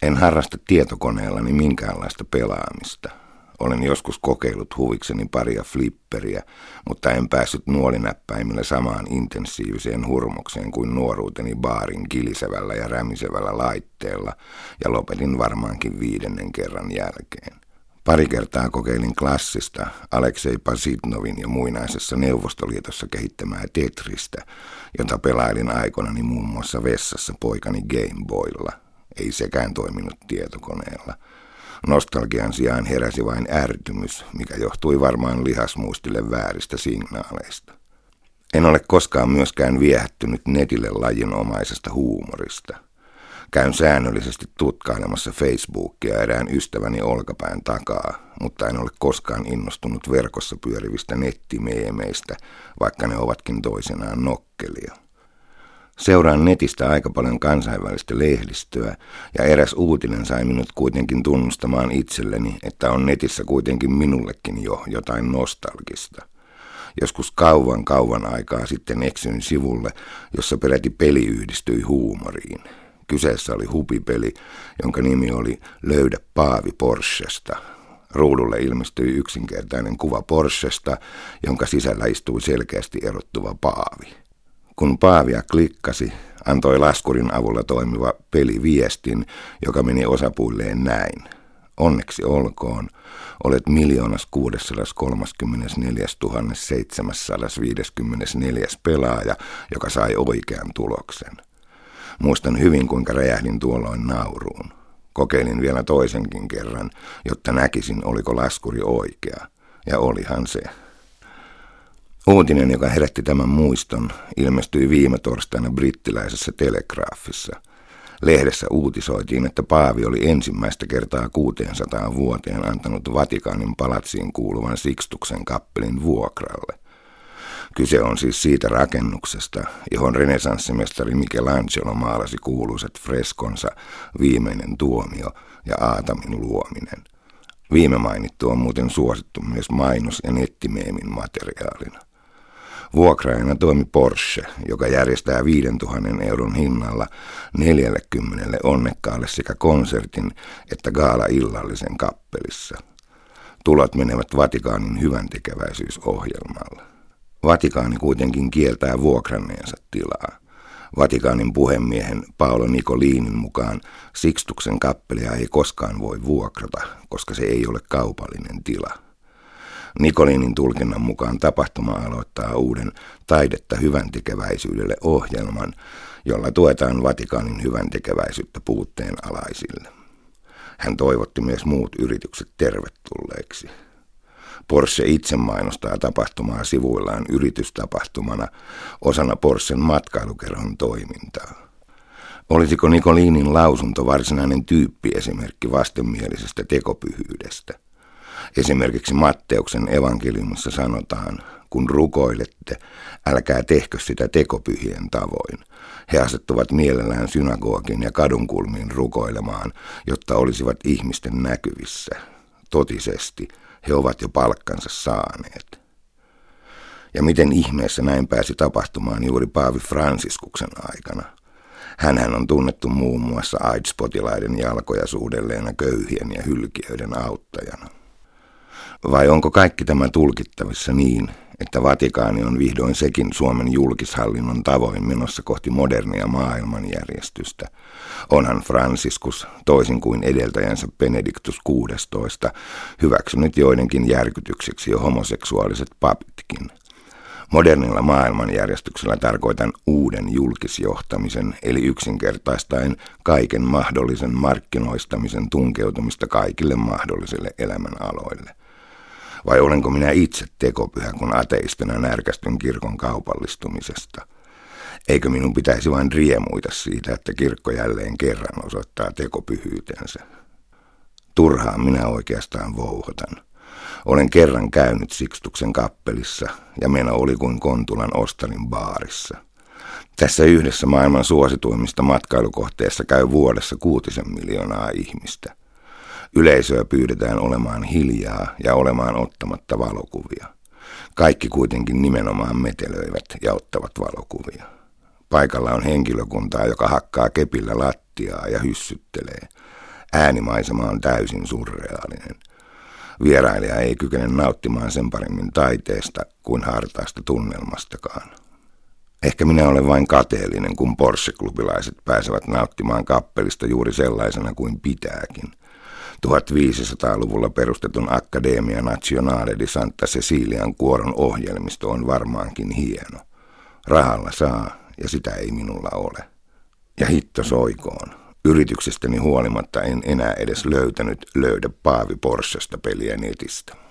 En harrasta tietokoneellani minkäänlaista pelaamista. Olen joskus kokeillut huvikseni paria flipperiä, mutta en päässyt nuolinäppäimillä samaan intensiiviseen hurmokseen kuin nuoruuteni baarin kilisevällä ja rämisevällä laitteella, ja lopetin varmaankin 5. kerran jälkeen. Pari kertaa kokeilin klassista Aleksei Pasitnovin ja muinaisessa Neuvostoliitossa kehittämää Tetristä, jota pelailin aikoinani muun muassa vessassa poikani Game Boylla. Ei sekään toiminut tietokoneella. Nostalgian sijaan heräsi vain ärtymys, mikä johtui varmaan lihasmuistille vääristä signaaleista. En ole koskaan myöskään viehättynyt netille lajinomaisesta huumorista. Käyn säännöllisesti tutkailemassa Facebookia erään ystäväni olkapään takaa, mutta en ole koskaan innostunut verkossa pyörivistä nettimeemeistä, vaikka ne ovatkin toisenaan nokkelia. Seuraan netistä aika paljon kansainvälistä lehdistöä, ja eräs uutinen sai minut kuitenkin tunnustamaan itselleni, että on netissä kuitenkin minullekin jo jotain nostalgista. Joskus kauan aikaa sitten eksyin sivulle, jossa peräti peli yhdistyi huumoriin. Kyseessä oli hupipeli, jonka nimi oli Löydä Paavi Porschesta. Ruudulle ilmestyi yksinkertainen kuva Porschesta, jonka sisällä istui selkeästi erottuva paavi. Kun paavia klikkasi, antoi laskurin avulla toimiva peli viestin, joka meni osapuilleen näin. Onneksi olkoon, olet 1,634 754 pelaaja, joka sai oikean tuloksen. Muistan hyvin, kuinka räjähdin tuolloin nauruun. Kokeilin vielä toisenkin kerran, jotta näkisin, oliko laskuri oikea. Ja olihan se. Uutinen, joka herätti tämän muiston, ilmestyi viime torstaina brittiläisessä Telegraphissa. Lehdessä uutisoitiin, että paavi oli ensimmäistä kertaa 600 vuoteen antanut Vatikaanin palatsiin kuuluvan Sixtuksen kappelin vuokralle. Kyse on siis siitä rakennuksesta, johon renesanssimestari Michelangelo maalasi kuuluisat freskonsa Viimeinen tuomio ja Aatamin luominen. Viime mainittu on muuten suosittu myös mainos- ja nettimeemin materiaalina. Vuokraajana toimi Porsche, joka järjestää 5 000 euron hinnalla 40 onnekkaalle sekä konsertin että gaala-illallisen kappelissa. Tulot menevät Vatikaanin hyväntekeväisyysohjelmalle. Vatikaani kuitenkin kieltää vuokranneensa tilaa. Vatikaanin puhemiehen Paolo Nicolinin mukaan Sixtuksen kappelia ei koskaan voi vuokrata, koska se ei ole kaupallinen tila. Nicolinin tulkinnan mukaan tapahtuma aloittaa uuden taidetta hyväntekeväisyydelle ohjelman, jolla tuetaan Vatikaanin hyväntekeväisyyttä puutteen alaisille. Hän toivotti myös muut yritykset tervetulleeksi. Porsche itse mainostaa tapahtumaa sivuillaan yritystapahtumana osana Porschen matkailukerhon toimintaa. Olisiko Nicolinin lausunto varsinainen tyyppiesimerkki vastenmielisestä tekopyhyydestä? Esimerkiksi Matteuksen evankeliumissa sanotaan, kun rukoilette, älkää tehkö sitä tekopyhien tavoin. He asettuvat mielellään synagogin ja kadunkulmiin rukoilemaan, jotta olisivat ihmisten näkyvissä. Totisesti he ovat jo palkkansa saaneet. Ja miten ihmeessä näin pääsi tapahtumaan juuri Paavi Fransiskuksen aikana? Hänhän on tunnettu muun muassa AIDS-potilaiden jalkoja suudelleena köyhien ja hylkiöiden auttajana. Vai onko kaikki tämä tulkittavissa niin, että Vatikaani on vihdoin sekin Suomen julkishallinnon tavoin menossa kohti modernia maailmanjärjestystä? Onhan Franciscus, toisin kuin edeltäjänsä Benedictus XVI, hyväksynyt joidenkin järkytykseksi jo homoseksuaaliset papitkin. Modernilla maailmanjärjestyksellä tarkoitan uuden julkisjohtamisen, eli yksinkertaistaen kaiken mahdollisen markkinoistamisen tunkeutumista kaikille mahdollisille elämänaloille. Vai olenko minä itse tekopyhä, kun ateistina närkästyn kirkon kaupallistumisesta? Eikö minun pitäisi vain riemuita siitä, että kirkko jälleen kerran osoittaa tekopyhyytensä? Turhaan minä oikeastaan vouhotan. Olen kerran käynyt Sixtuksen kappelissa ja meno oli kuin Kontulan Ostarin baarissa. Tässä yhdessä maailman suosituimmista matkailukohteessa käy vuodessa 6 miljoonaa ihmistä. Yleisöä pyydetään olemaan hiljaa ja olemaan ottamatta valokuvia. Kaikki kuitenkin nimenomaan metelöivät ja ottavat valokuvia. Paikalla on henkilökuntaa, joka hakkaa kepillä lattiaa ja hyssyttelee. Äänimaisema on täysin surreaalinen. Vierailija ei kykene nauttimaan sen paremmin taiteesta kuin hartaasta tunnelmastakaan. Ehkä minä olen vain kateellinen, kun Porsche-klubilaiset pääsevät nauttimaan kappelista juuri sellaisena kuin pitääkin. 1500-luvulla perustetun Accademia Nazionale di Santa Cecilian kuoron ohjelmisto on varmaankin hieno. Rahalla saa, ja sitä ei minulla ole. Ja hitto soikoon. Yrityksestäni huolimatta en enää edes löydä Paavi Porschesta peliä netistä.